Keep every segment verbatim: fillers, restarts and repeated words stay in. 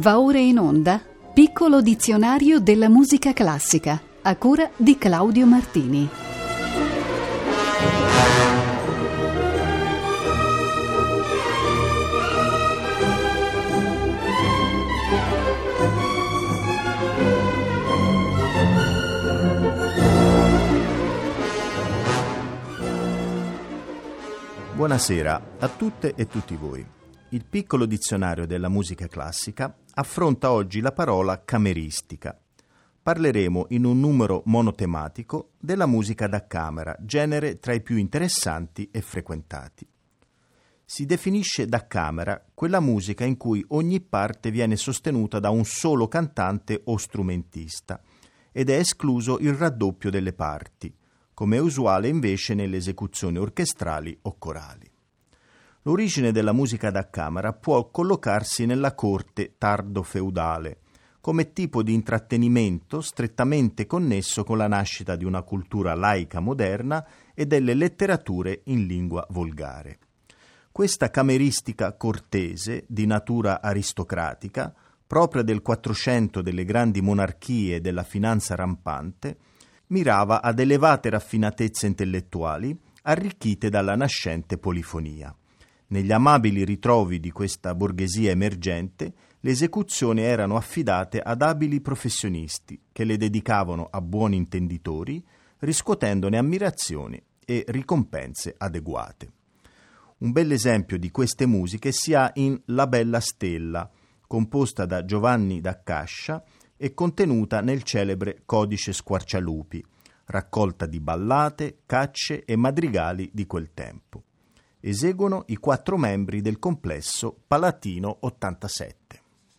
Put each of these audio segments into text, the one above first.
Va ora in onda Piccolo dizionario della musica classica, a cura di Claudio Martini. Buonasera a tutte e tutti voi. Il piccolo dizionario della musica classica affronta oggi la parola cameristica. Parleremo in un numero monotematico della musica da camera, genere tra i più interessanti e frequentati. Si definisce da camera quella musica in cui ogni parte viene sostenuta da un solo cantante o strumentista ed è escluso il raddoppio delle parti, come è usuale invece nelle esecuzioni orchestrali o corali. L'origine della musica da camera può collocarsi nella corte tardo-feudale, come tipo di intrattenimento strettamente connesso con la nascita di una cultura laica moderna e delle letterature in lingua volgare. Questa cameristica cortese, di natura aristocratica, propria del Quattrocento delle grandi monarchie e della finanza rampante, mirava ad elevate raffinatezze intellettuali arricchite dalla nascente polifonia. Negli amabili ritrovi di questa borghesia emergente, le esecuzioni erano affidate ad abili professionisti che le dedicavano a buoni intenditori, riscuotendone ammirazioni e ricompense adeguate. Un bell'esempio di queste musiche si ha in La Bella Stella, composta da Giovanni da Cascia e contenuta nel celebre Codice Squarcialupi, raccolta di ballate, cacce e madrigali di quel tempo. Eseguono i quattro membri del complesso Palatino ottantasette.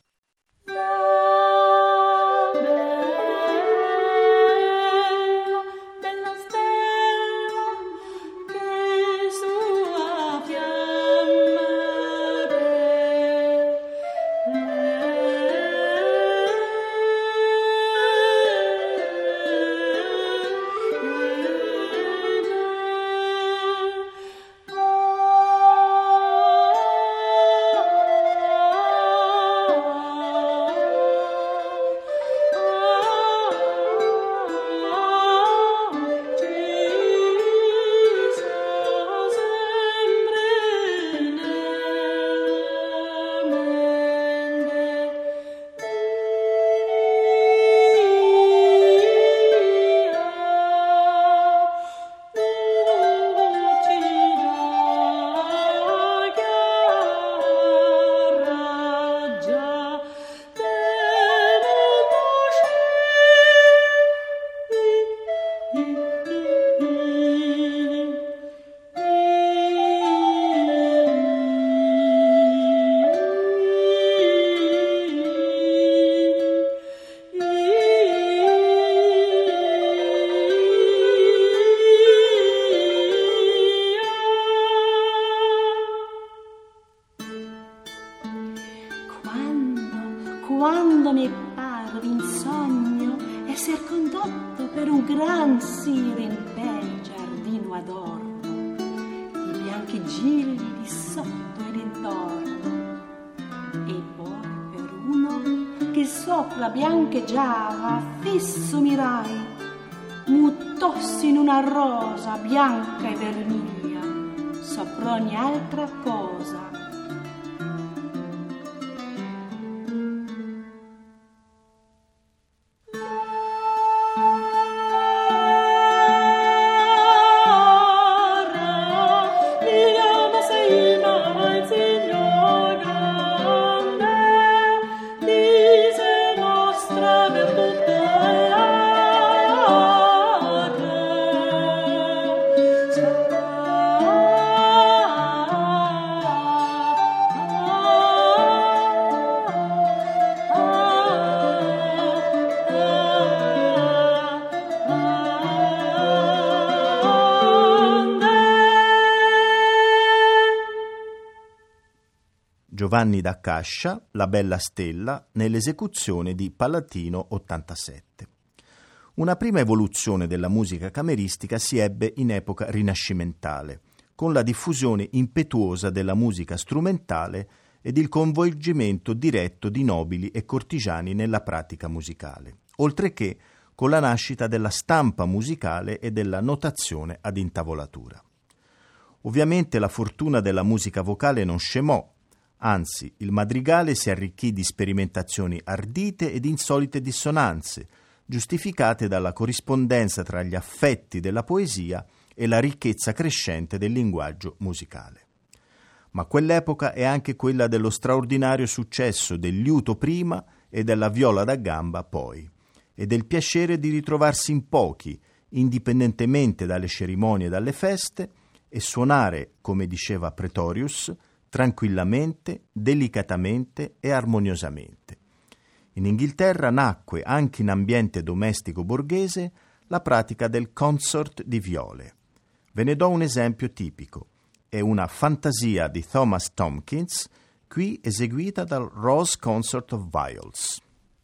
Quando mi parve in sogno esser condotto per un gran sire in bel giardino adorno, di bianchi gigli di sotto ed intorno, e poi per uno che sopra biancheggiava fisso mirai, mutossi in una rosa bianca e vermiglia sopra ogni altra cosa. Giovanni da Cascia, La Bella Stella, nell'esecuzione di Palatino ottantasette. Una prima evoluzione della musica cameristica si ebbe in epoca rinascimentale, con la diffusione impetuosa della musica strumentale ed il coinvolgimento diretto di nobili e cortigiani nella pratica musicale, oltre che con la nascita della stampa musicale e della notazione ad intavolatura. Ovviamente la fortuna della musica vocale non scemò, anzi il madrigale si arricchì di sperimentazioni ardite ed insolite dissonanze, giustificate dalla corrispondenza tra gli affetti della poesia e la ricchezza crescente del linguaggio musicale. Ma quell'epoca è anche quella dello straordinario successo del liuto prima e della viola da gamba poi, e del piacere di ritrovarsi in pochi, indipendentemente dalle cerimonie e dalle feste, e suonare, come diceva Pretorius, tranquillamente, delicatamente e armoniosamente. In Inghilterra nacque, anche in ambiente domestico borghese, la pratica del consort di viole. Ve ne do un esempio tipico. È una fantasia di Thomas Tomkins, qui eseguita dal Rose Consort of Viols.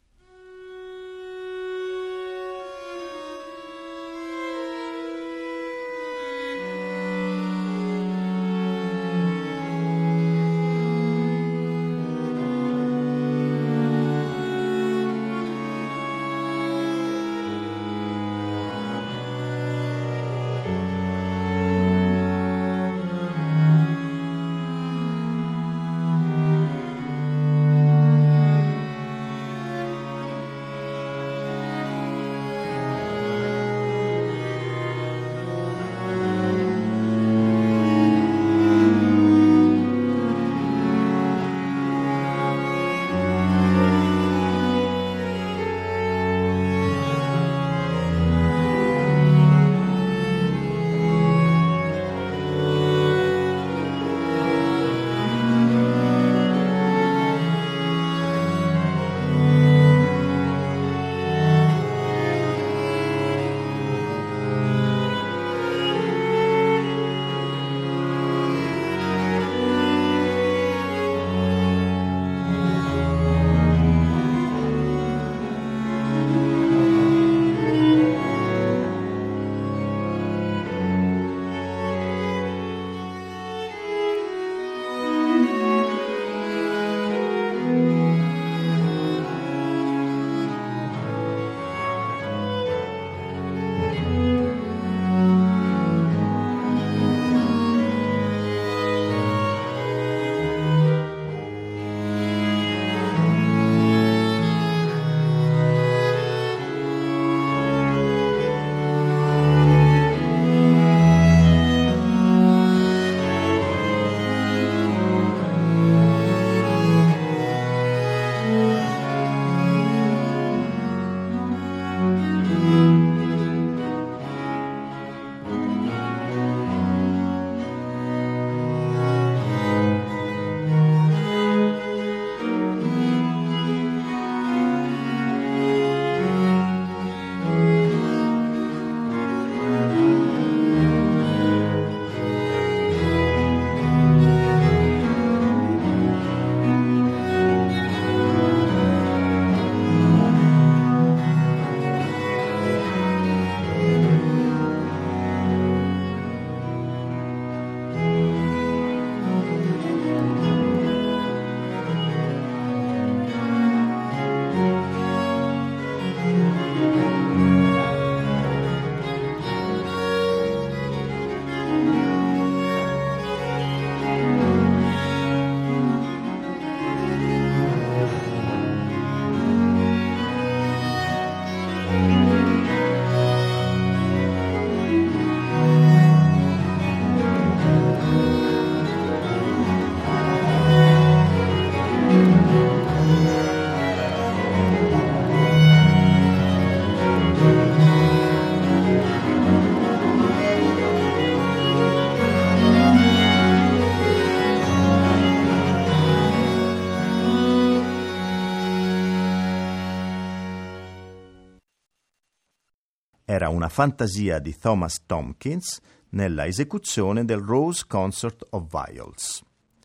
Era una fantasia di Thomas Tomkins nella esecuzione del Rose Consort of Viols.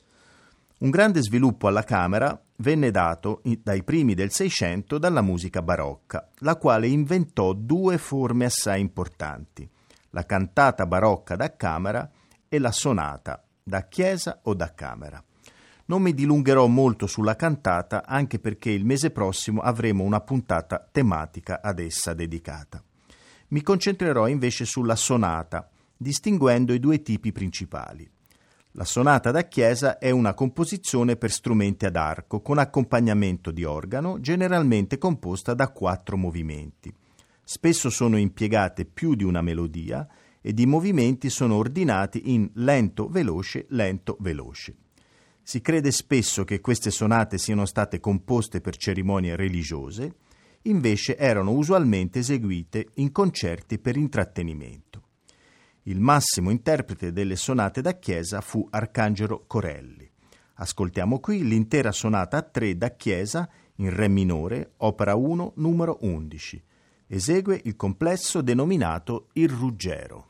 Un grande sviluppo alla Camera venne dato dai primi del Seicento dalla musica barocca, la quale inventò due forme assai importanti, la cantata barocca da camera e la sonata da chiesa o da camera. Non mi dilungherò molto sulla cantata, anche perché il mese prossimo avremo una puntata tematica ad essa dedicata. Mi concentrerò invece sulla sonata, distinguendo i due tipi principali. La sonata da chiesa è una composizione per strumenti ad arco, con accompagnamento di organo, generalmente composta da quattro movimenti. Spesso sono impiegate più di una melodia ed i movimenti sono ordinati in lento-veloce, lento-veloce. Si crede spesso che queste sonate siano state composte per cerimonie religiose, invece erano usualmente eseguite in concerti per intrattenimento. Il massimo interprete delle sonate da chiesa fu Arcangelo Corelli. Ascoltiamo qui l'intera sonata a tre da chiesa in re minore, opera uno, numero undici. Esegue il complesso denominato Il Ruggero.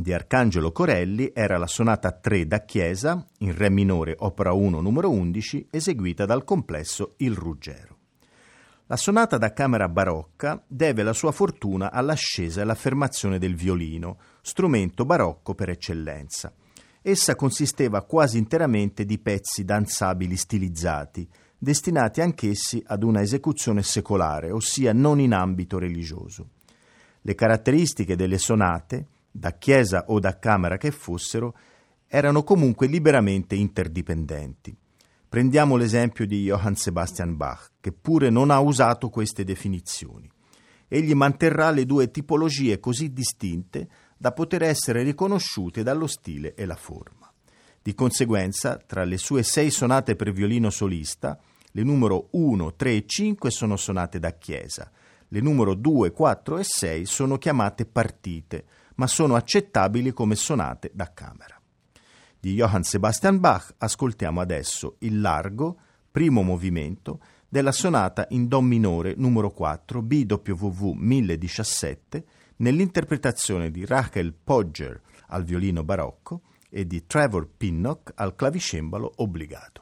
di Arcangelo Corelli era la sonata tre da Chiesa, in Re minore, opera uno, numero undici, eseguita dal complesso Il Ruggero. La sonata da camera barocca deve la sua fortuna all'ascesa e all'affermazione del violino, strumento barocco per eccellenza. Essa consisteva quasi interamente di pezzi danzabili stilizzati, destinati anch'essi ad una esecuzione secolare, ossia non in ambito religioso. Le caratteristiche delle sonate, da chiesa o da camera che fossero, erano comunque liberamente interdipendenti. Prendiamo l'esempio di Johann Sebastian Bach, che pure non ha usato queste definizioni. Egli manterrà le due tipologie così distinte da poter essere riconosciute dallo stile e la forma. Di conseguenza, tra le sue sei sonate per violino solista, le numero uno, tre e cinque sono sonate da chiesa, le numero due, quattro e sei sono chiamate partite, ma sono accettabili come sonate da camera. Di Johann Sebastian Bach ascoltiamo adesso il largo, primo movimento, della sonata in Do minore numero quattro B W V mille diciassette nell'interpretazione di Rachel Podger al violino barocco e di Trevor Pinnock al clavicembalo obbligato.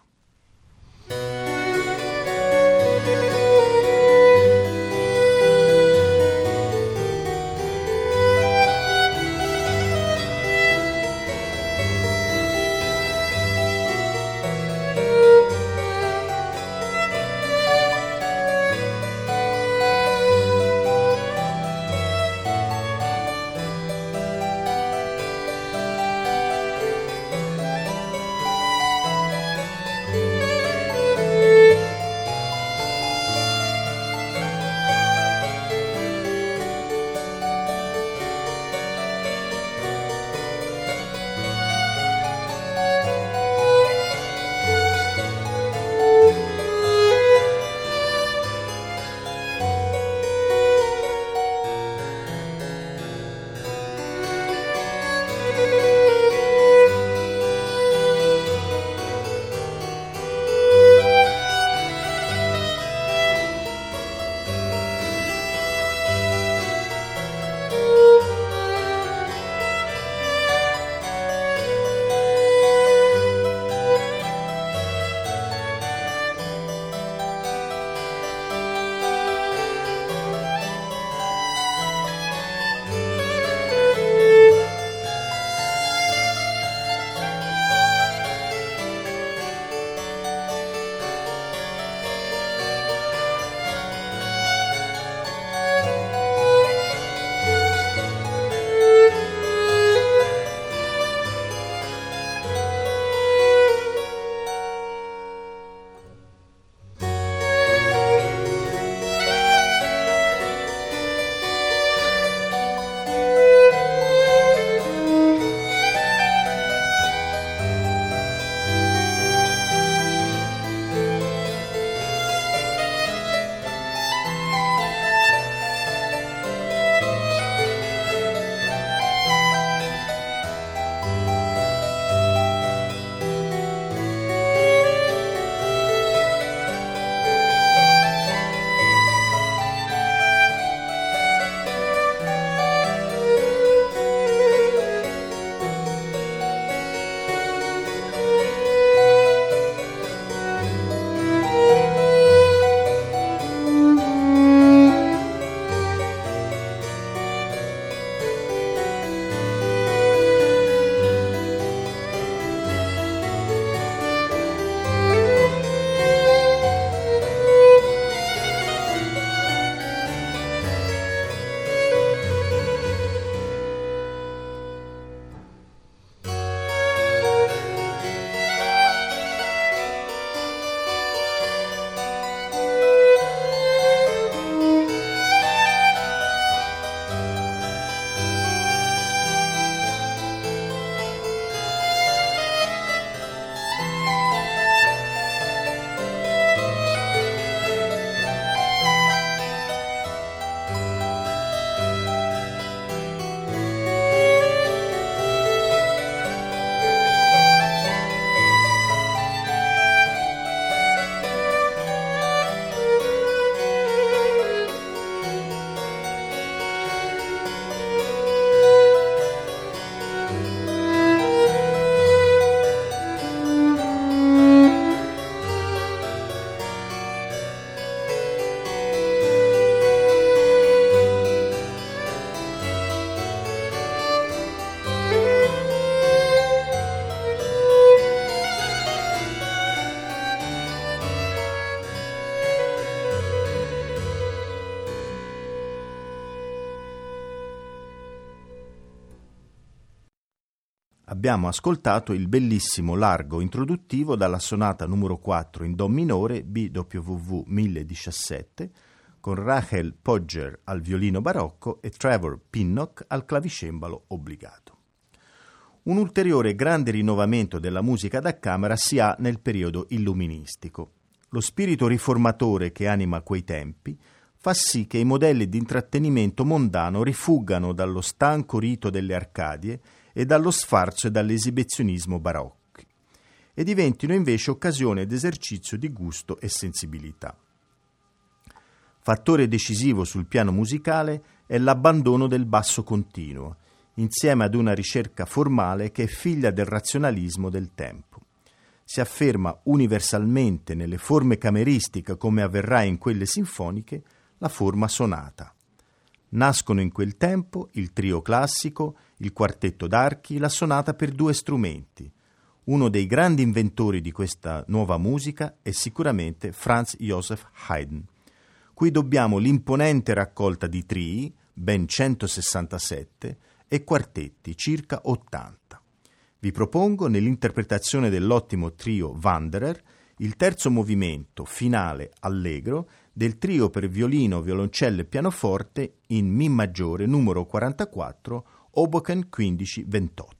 Abbiamo ascoltato il bellissimo largo introduttivo dalla sonata numero quattro in Do minore B W V mille diciassette con Rachel Podger al violino barocco e Trevor Pinnock al clavicembalo obbligato. Un ulteriore grande rinnovamento della musica da camera si ha nel periodo illuministico. Lo spirito riformatore che anima quei tempi fa sì che i modelli di intrattenimento mondano rifuggano dallo stanco rito delle Arcadie e dallo sfarzo e dall'esibizionismo barocchi e diventino invece occasione d'esercizio di gusto e sensibilità. Fattore decisivo sul piano musicale è l'abbandono del basso continuo, insieme ad una ricerca formale che è figlia del razionalismo del tempo. Si afferma universalmente nelle forme cameristiche, come avverrà in quelle sinfoniche, la forma sonata. Nascono in quel tempo il trio classico, il quartetto d'archi, la sonata per due strumenti. Uno dei grandi inventori di questa nuova musica è sicuramente Franz Joseph Haydn, cui dobbiamo l'imponente raccolta di trii, ben centosessantasette, e quartetti, circa ottanta. Vi propongo, nell'interpretazione dell'ottimo trio Wanderer, il terzo movimento, finale, allegro, del trio per violino, violoncello e pianoforte in Mi maggiore numero quarantaquattro, Hoboken quindici ventotto.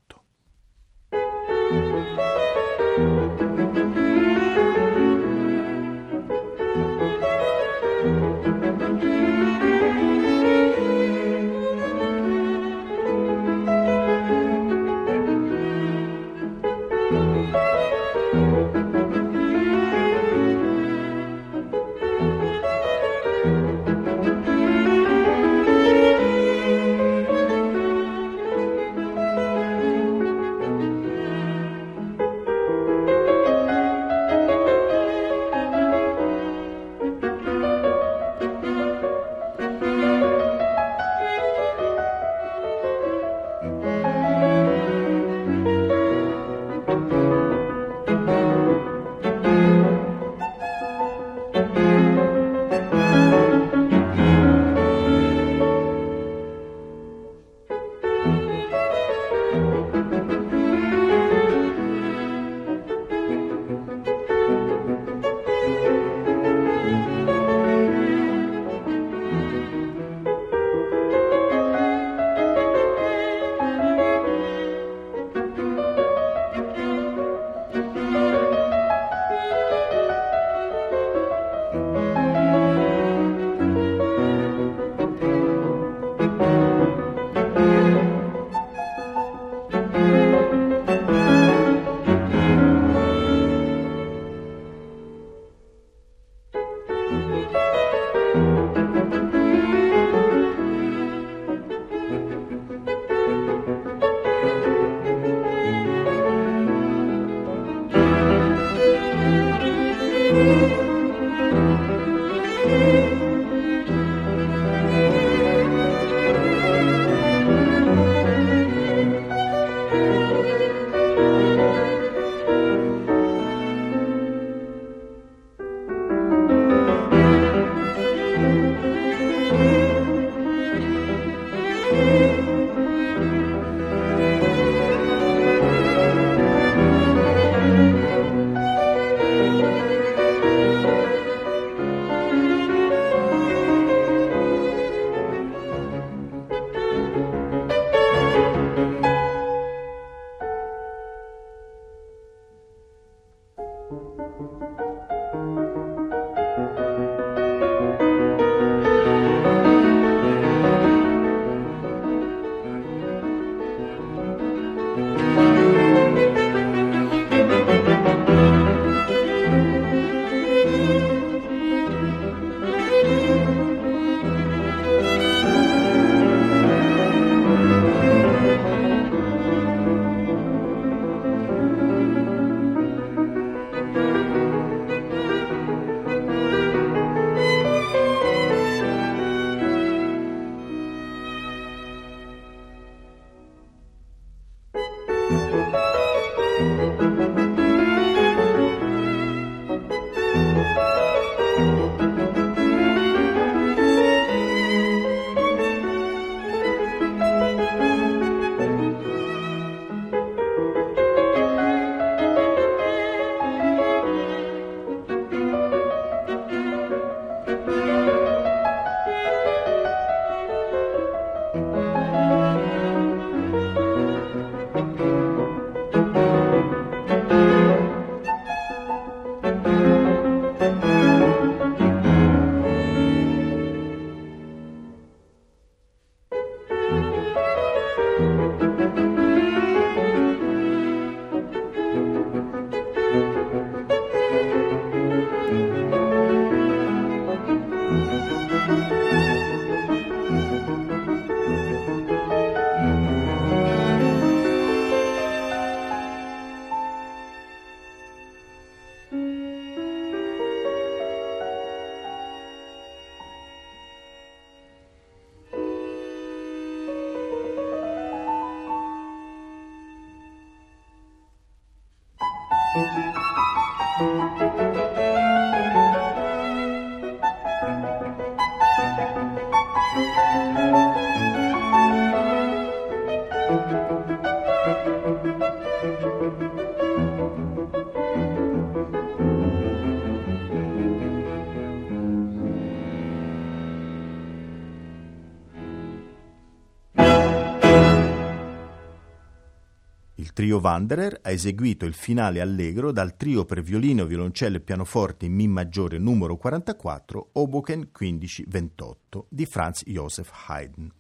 Il trio Wanderer ha eseguito il finale allegro dal trio per violino, violoncello e pianoforte in Mi maggiore numero quarantaquattro, Hoboken quindici ventotto di Franz Joseph Haydn.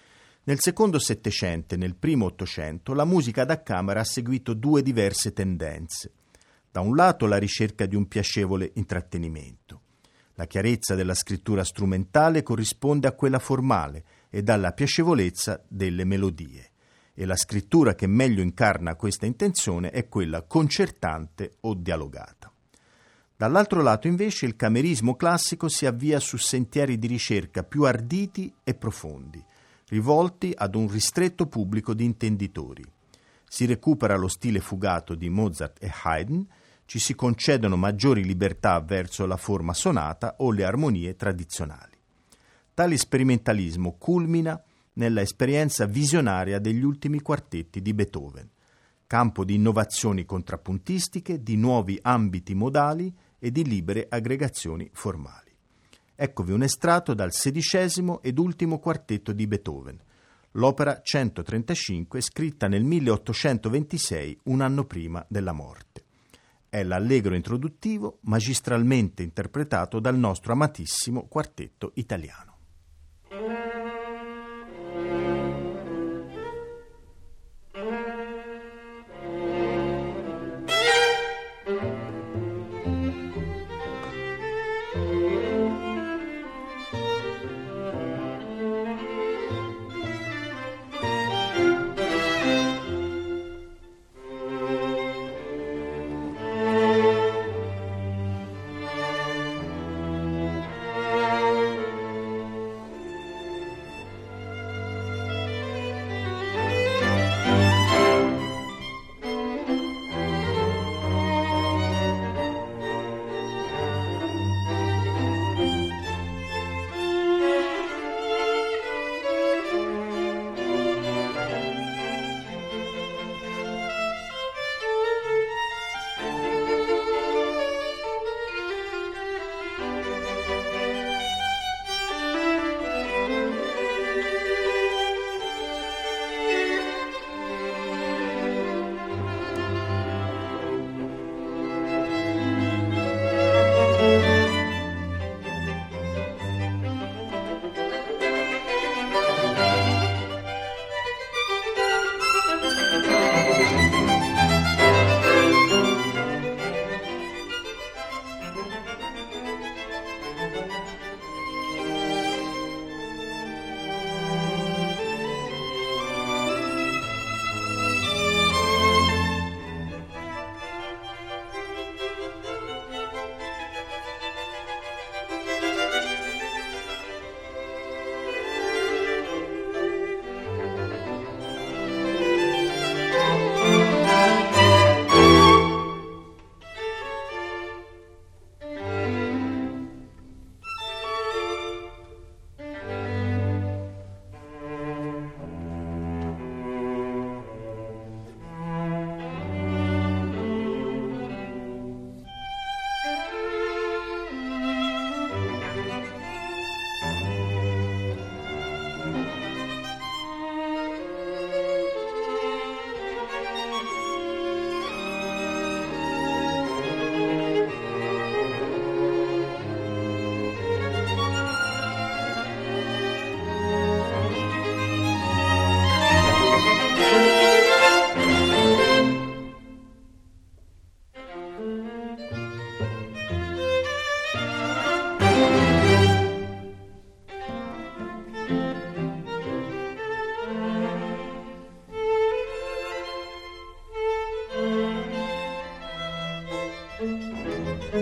Nel secondo Settecento e nel primo Ottocento la musica da camera ha seguito due diverse tendenze. Da un lato la ricerca di un piacevole intrattenimento. La chiarezza della scrittura strumentale corrisponde a quella formale e dalla piacevolezza delle melodie. E la scrittura che meglio incarna questa intenzione è quella concertante o dialogata. Dall'altro lato, invece, il camerismo classico si avvia su sentieri di ricerca più arditi e profondi, rivolti ad un ristretto pubblico di intenditori. Si recupera lo stile fugato di Mozart e Haydn, ci si concedono maggiori libertà verso la forma sonata o le armonie tradizionali. Tale sperimentalismo culmina nella esperienza visionaria degli ultimi quartetti di Beethoven, campo di innovazioni contrappuntistiche, di nuovi ambiti modali e di libere aggregazioni formali. Eccovi un estratto dal sedicesimo ed ultimo quartetto di Beethoven, l'opera centotrentacinque scritta nel milleottocentoventisei, un anno prima della morte. È l'allegro introduttivo magistralmente interpretato dal nostro amatissimo quartetto italiano.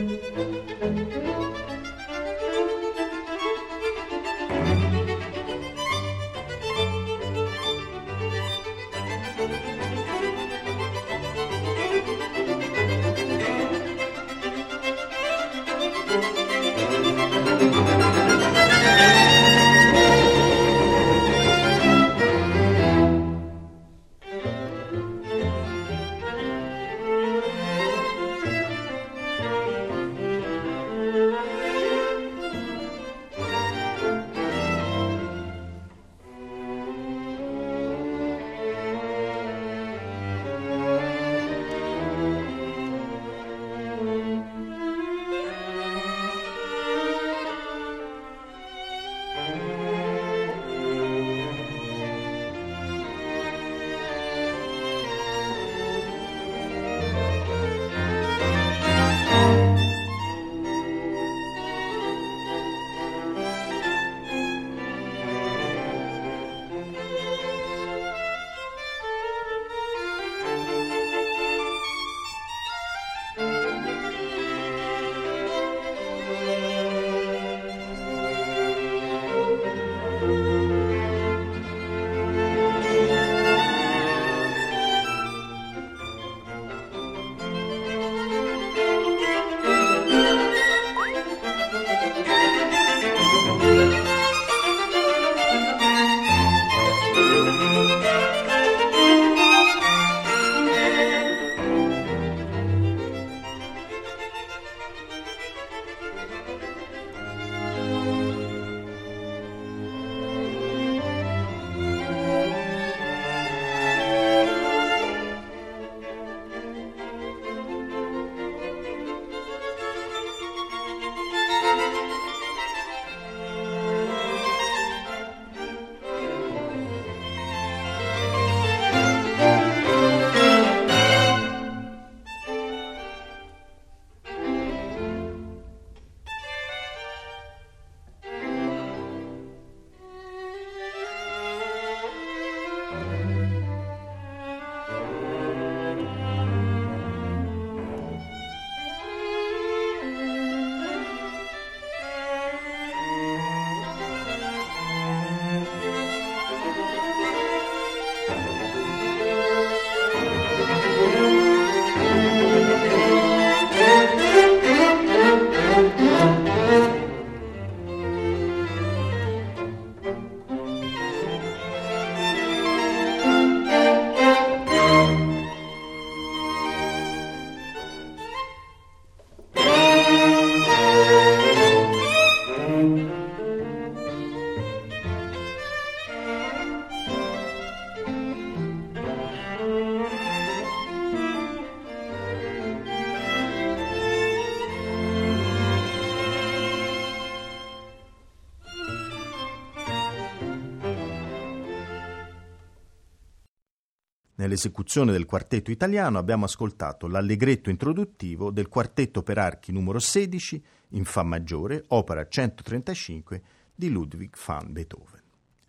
Nell'esecuzione del quartetto italiano abbiamo ascoltato l'allegretto introduttivo del quartetto per archi numero sedici in Fa maggiore, opera centotrentacinque di Ludwig van Beethoven.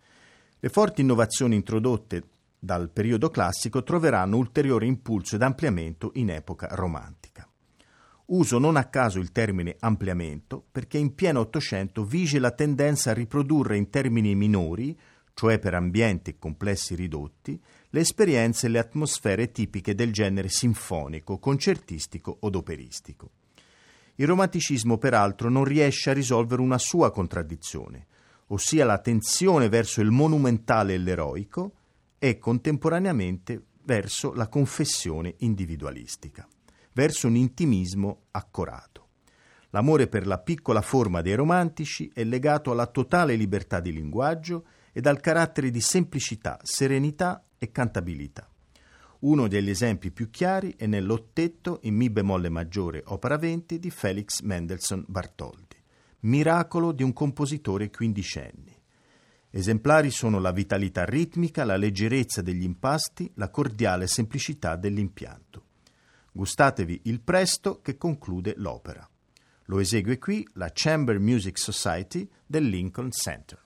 Le forti innovazioni introdotte dal periodo classico troveranno ulteriore impulso ed ampliamento in epoca romantica. Uso non a caso il termine ampliamento perché in pieno Ottocento vige la tendenza a riprodurre in termini minori, cioè per ambienti e complessi ridotti, le esperienze e le atmosfere tipiche del genere sinfonico, concertistico od operistico. Il romanticismo, peraltro, non riesce a risolvere una sua contraddizione, ossia la tensione verso il monumentale e l'eroico e contemporaneamente verso la confessione individualistica, verso un intimismo accorato. L'amore per la piccola forma dei romantici è legato alla totale libertà di linguaggio ed al carattere di semplicità, serenità e cantabilità. Uno degli esempi più chiari è nell'ottetto in Mi bemolle maggiore, opera venti di Felix Mendelssohn Bartholdy, miracolo di un compositore quindicenne. Esemplari sono la vitalità ritmica, la leggerezza degli impasti, la cordiale semplicità dell'impianto. Gustatevi il presto che conclude l'opera. Lo esegue qui la Chamber Music Society del Lincoln Center.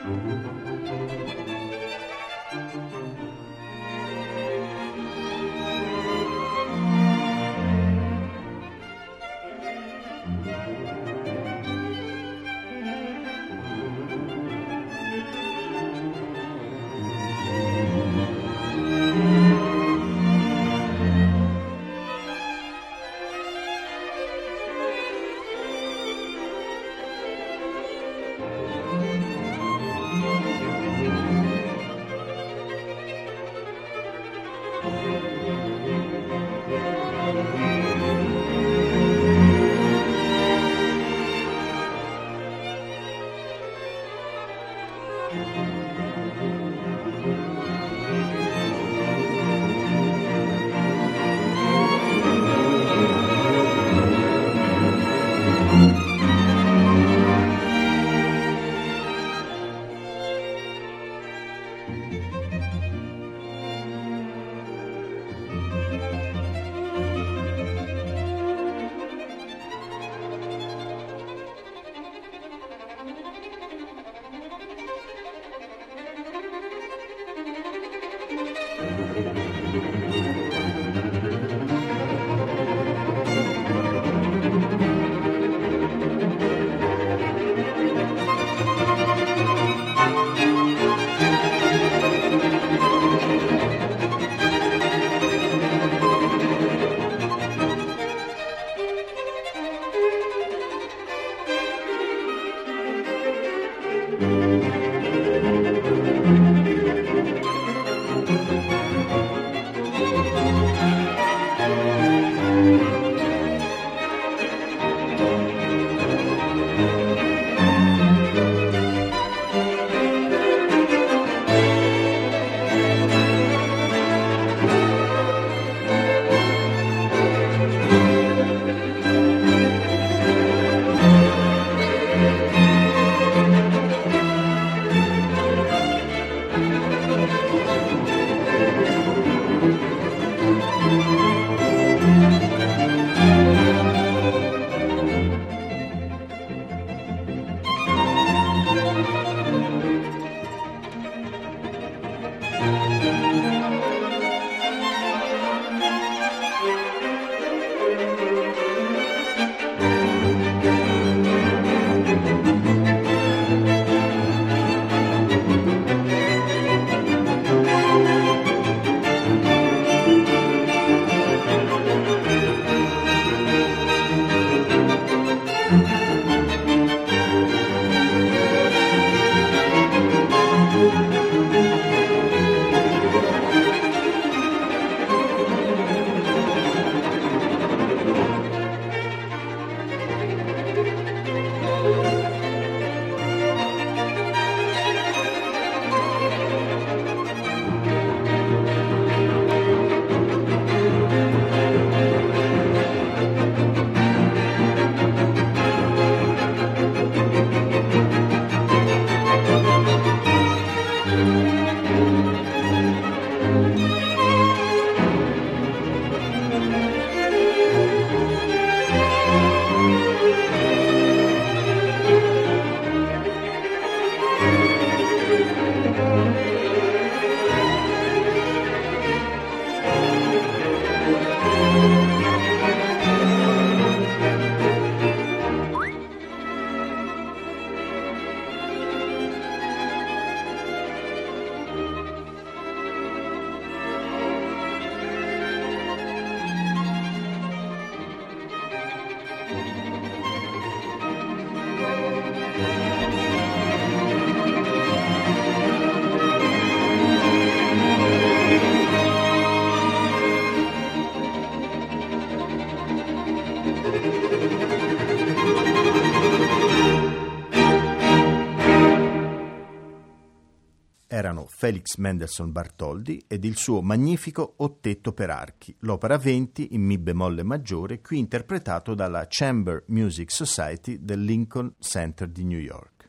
Erano Felix Mendelssohn Bartholdy ed il suo magnifico Ottetto per archi, l'opera venti in mi bemolle maggiore, qui interpretato dalla Chamber Music Society del Lincoln Center di New York.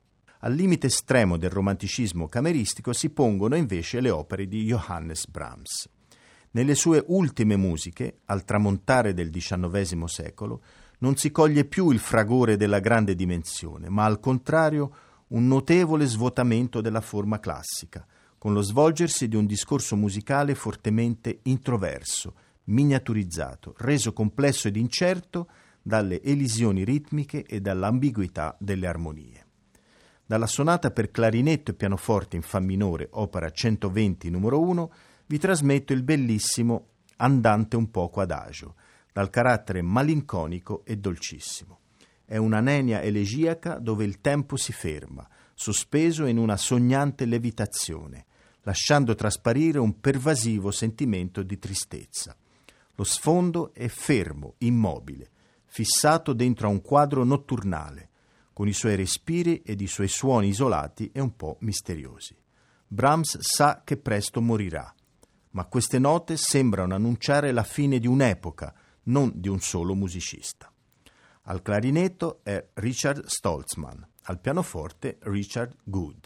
Al limite estremo del romanticismo cameristico si pongono invece le opere di Johannes Brahms. Nelle sue ultime musiche, al tramontare del diciannovesimo secolo, non si coglie più il fragore della grande dimensione, ma al contrario un notevole svuotamento della forma classica, con lo svolgersi di un discorso musicale fortemente introverso, miniaturizzato, reso complesso ed incerto dalle elisioni ritmiche e dall'ambiguità delle armonie. Dalla sonata per clarinetto e pianoforte in fa minore, opera centoventi numero uno, vi trasmetto il bellissimo Andante un poco adagio, dal carattere malinconico e dolcissimo. È una nenia elegiaca dove il tempo si ferma, sospeso in una sognante levitazione, lasciando trasparire un pervasivo sentimento di tristezza. Lo sfondo è fermo, immobile, fissato dentro a un quadro notturnale, con i suoi respiri ed i suoi suoni isolati e un po' misteriosi. Brahms sa che presto morirà, ma queste note sembrano annunciare la fine di un'epoca, non di un solo musicista. Al clarinetto è Richard Stolzmann, al pianoforte Richard Good.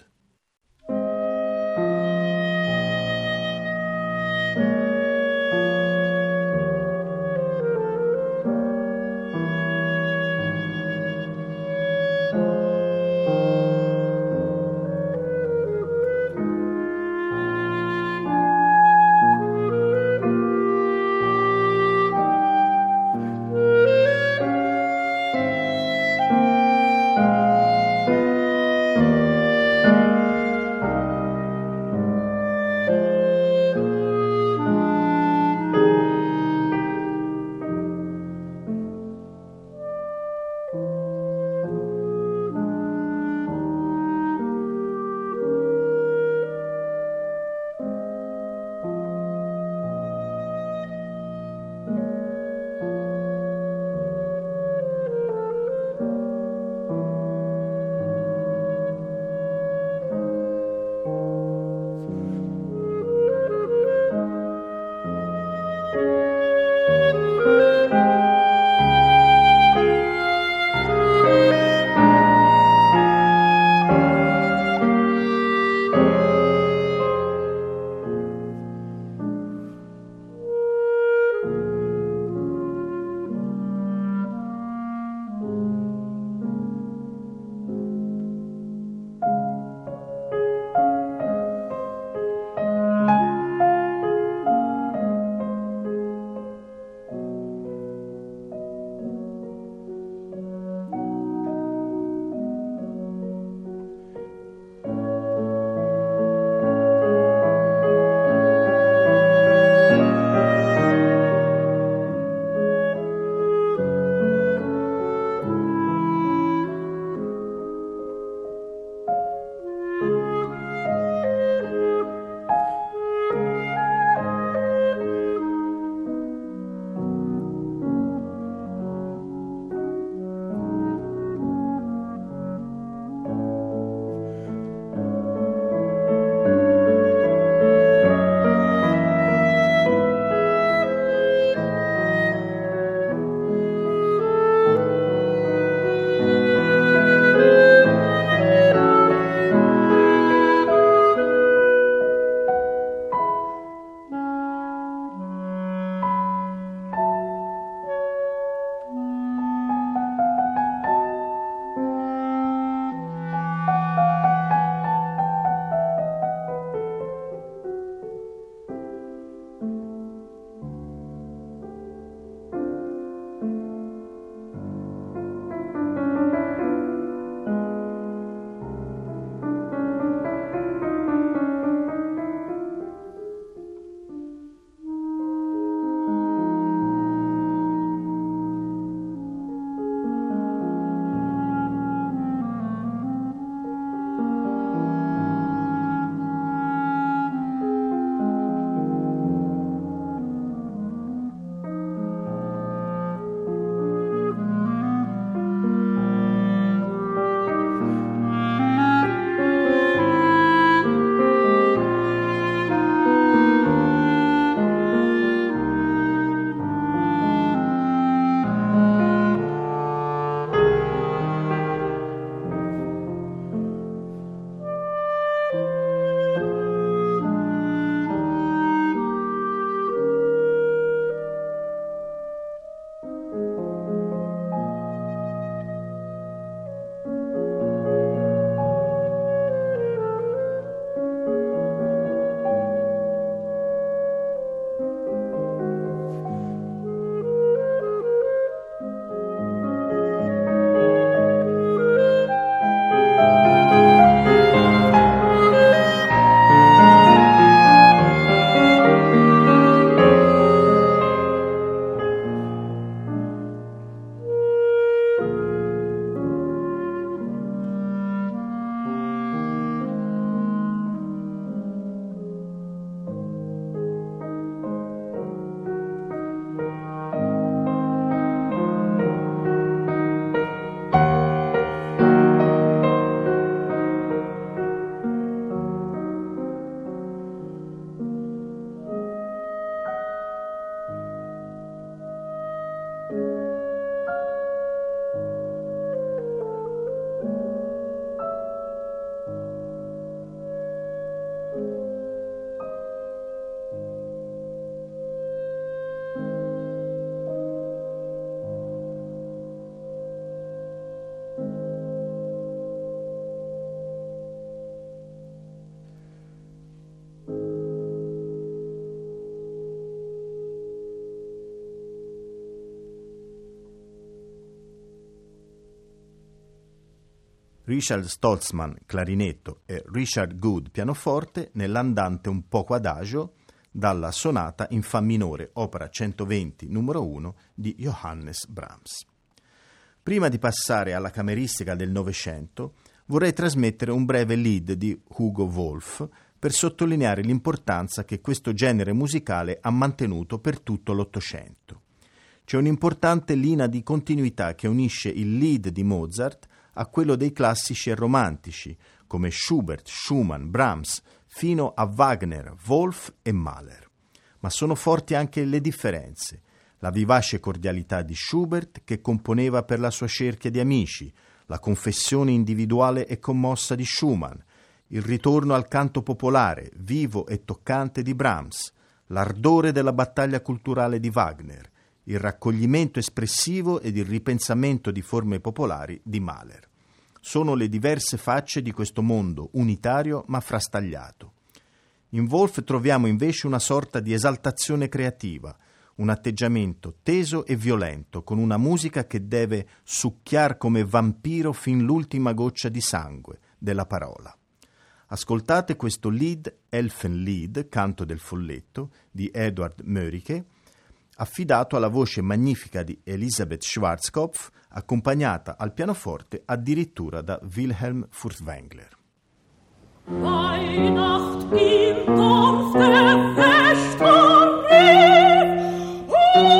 Richard Stolzmann clarinetto e Richard Good pianoforte nell'andante un poco adagio dalla sonata in fa minore, opera centoventi numero uno di Johannes Brahms. Prima di passare alla cameristica del Novecento, vorrei trasmettere un breve lead di Hugo Wolf per sottolineare l'importanza che questo genere musicale ha mantenuto per tutto l'Ottocento. C'è un'importante linea di continuità che unisce il lead di Mozart a quello dei classici e romantici, come Schubert, Schumann, Brahms, fino a Wagner, Wolf e Mahler. Ma sono forti anche le differenze. La vivace cordialità di Schubert, che componeva per la sua cerchia di amici, la confessione individuale e commossa di Schumann, il ritorno al canto popolare, vivo e toccante di Brahms, l'ardore della battaglia culturale di Wagner, il raccoglimento espressivo ed il ripensamento di forme popolari di Mahler. Sono le diverse facce di questo mondo unitario ma frastagliato. In Wolf troviamo invece una sorta di esaltazione creativa, un atteggiamento teso e violento, con una musica che deve succhiar come vampiro fin l'ultima goccia di sangue della parola. Ascoltate questo lead, Elfenlied, canto del folletto, di Eduard Mörike, affidato alla voce magnifica di Elisabeth Schwarzkopf, accompagnata al pianoforte addirittura da Wilhelm Furtwängler. Weihnacht im Dorf der Wächter rief,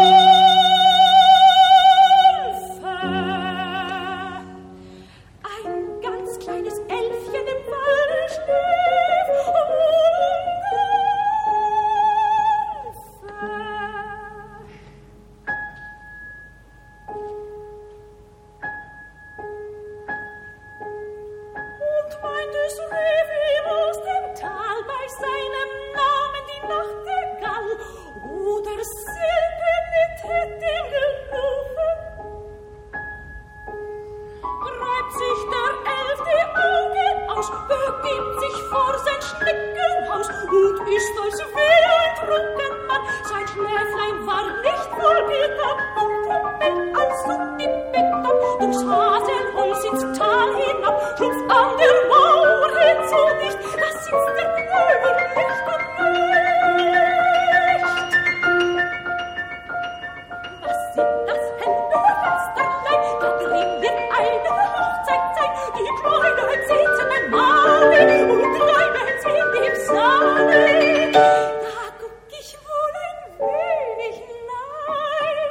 Hilfe! Ein ganz kleines Elfchen im Walde schlief, und meinte, es rief ihm aus dem Tal bei seinem Namen die Nachtigall, oder Silberlied hätt ihm gerufen. Reibt sich der Elf die Augen aus, begibt sich vor sein Schneckenhaus und ist als wie ein Trunkenmann. Sein Schläflein war nicht voll Gitter und trommelt als und die Better durchs Haselholz ins Tal hinab, schlupft an der Mauer hinzu nicht, da sitzt der Löwe Licht und Licht. Was sind das Hände, Fensterlein, da drin wird eine Hochzeit sein, die Bräulein sitzen beim Mahlen und treiben sie in dem Saale. Da guck ich wohl ein wenig nein.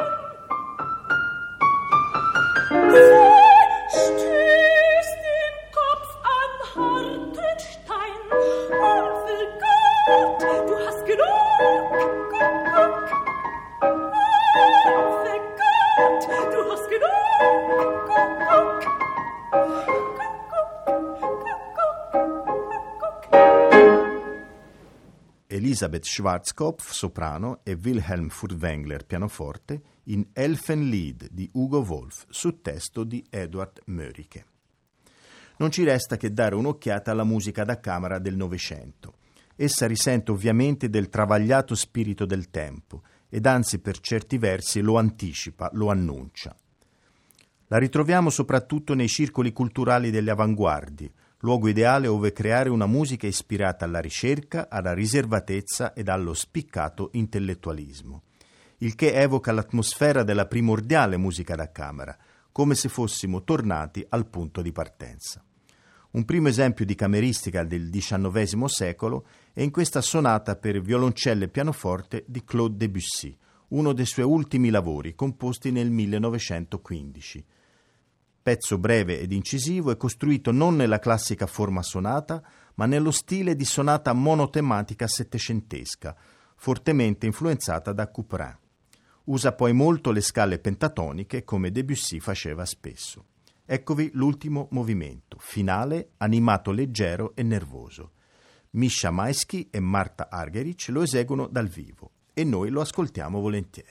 Sie stößt den Kopf an harten Stein. Apfel Gott, du hast genug. Guck, guck. Apfel Gott, du hast genug. Guck, guck. Elisabeth Schwarzkopf, soprano, e Wilhelm Furtwängler, pianoforte, in Elfenlied di Hugo Wolf, su testo di Eduard Mörike. Non ci resta che dare un'occhiata alla musica da camera del Novecento. Essa risente ovviamente del travagliato spirito del tempo ed anzi per certi versi lo anticipa, lo annuncia. La ritroviamo soprattutto nei circoli culturali delle avanguardie, luogo ideale ove creare una musica ispirata alla ricerca, alla riservatezza ed allo spiccato intellettualismo, il che evoca l'atmosfera della primordiale musica da camera, come se fossimo tornati al punto di partenza. Un primo esempio di cameristica del diciannovesimo secolo è in questa sonata per violoncello e pianoforte di Claude Debussy, uno dei suoi ultimi lavori composti nel millenovecentoquindici. Pezzo breve ed incisivo, è costruito non nella classica forma sonata, ma nello stile di sonata monotematica settecentesca, fortemente influenzata da Couperin. Usa poi molto le scale pentatoniche, come Debussy faceva spesso. Eccovi l'ultimo movimento, finale, animato leggero e nervoso. Mischa Maisky e Marta Argerich lo eseguono dal vivo e noi lo ascoltiamo volentieri.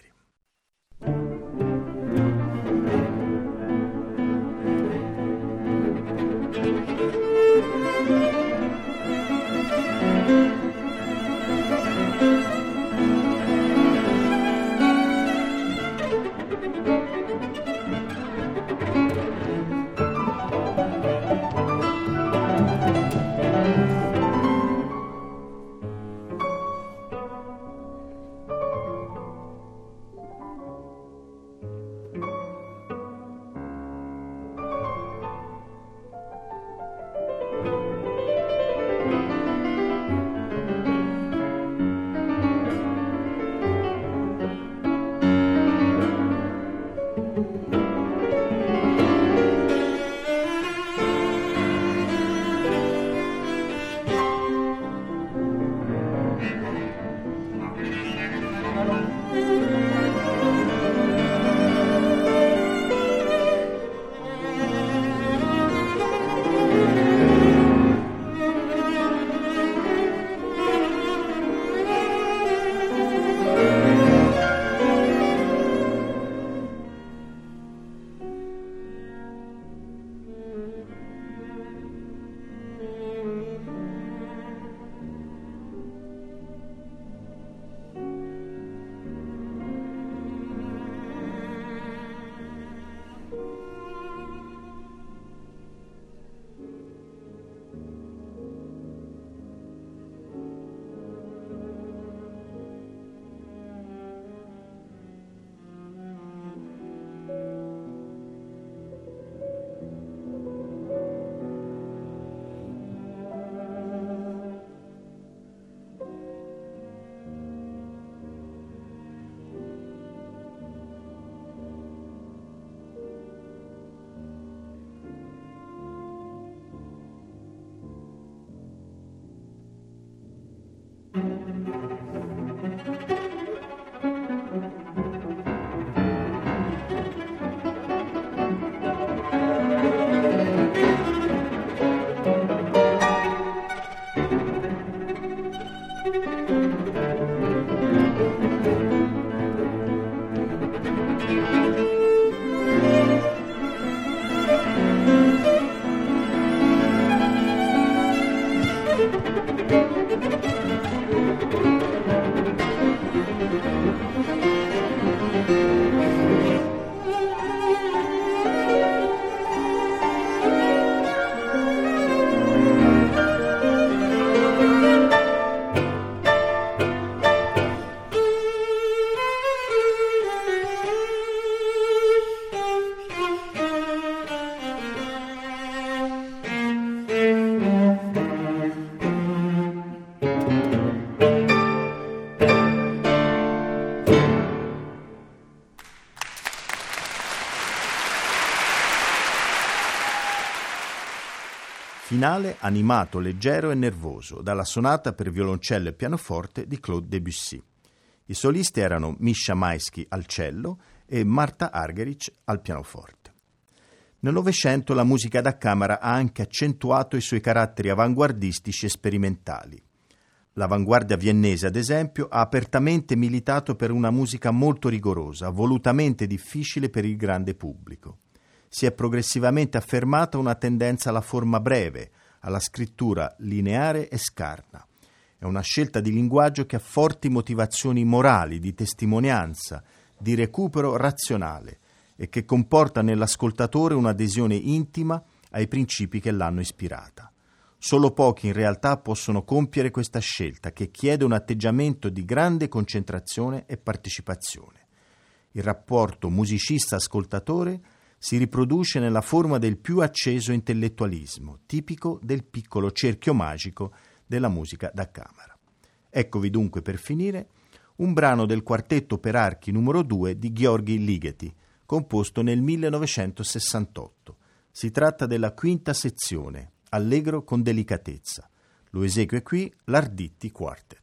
Finale animato, leggero e nervoso, dalla sonata per violoncello e pianoforte di Claude Debussy. I solisti erano Misha Maisky al cello e Marta Argerich al pianoforte. Nel Novecento la musica da camera ha anche accentuato i suoi caratteri avanguardistici e sperimentali. L'avanguardia viennese, ad esempio, ha apertamente militato per una musica molto rigorosa, volutamente difficile per il grande pubblico. Si è progressivamente affermata una tendenza alla forma breve, alla scrittura lineare e scarna. È una scelta di linguaggio che ha forti motivazioni morali, di testimonianza, di recupero razionale e che comporta nell'ascoltatore un'adesione intima ai principi che l'hanno ispirata. Solo pochi in realtà possono compiere questa scelta, che chiede un atteggiamento di grande concentrazione e partecipazione. Il rapporto musicista-ascoltatore si riproduce nella forma del più acceso intellettualismo, tipico del piccolo cerchio magico della musica da camera. Eccovi dunque, per finire, un brano del quartetto per archi numero due di Gheorghi Ligeti, composto nel millenovecentosessantotto. Si tratta della quinta sezione, Allegro con delicatezza. Lo esegue qui l'Arditti Quartet.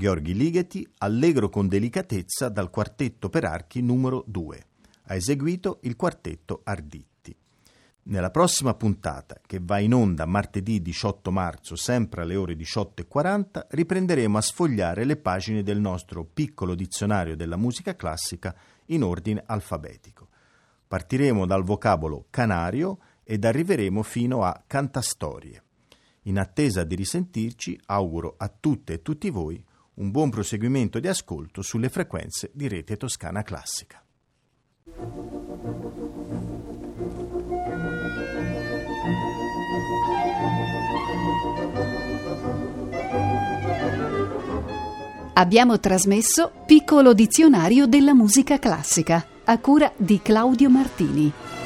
Gheorghi Ligeti, Allegro con delicatezza dal quartetto per archi numero due. Ha eseguito il quartetto Arditti. Nella prossima puntata, che va in onda martedì diciotto marzo, sempre alle ore diciotto e quaranta, riprenderemo a sfogliare le pagine del nostro piccolo dizionario della musica classica in ordine alfabetico. Partiremo dal vocabolo canario ed arriveremo fino a cantastorie. In attesa di risentirci, auguro a tutte e tutti voi un buon proseguimento di ascolto sulle frequenze di Rete Toscana Classica. Abbiamo trasmesso Piccolo dizionario della musica classica, a cura di Claudio Martini.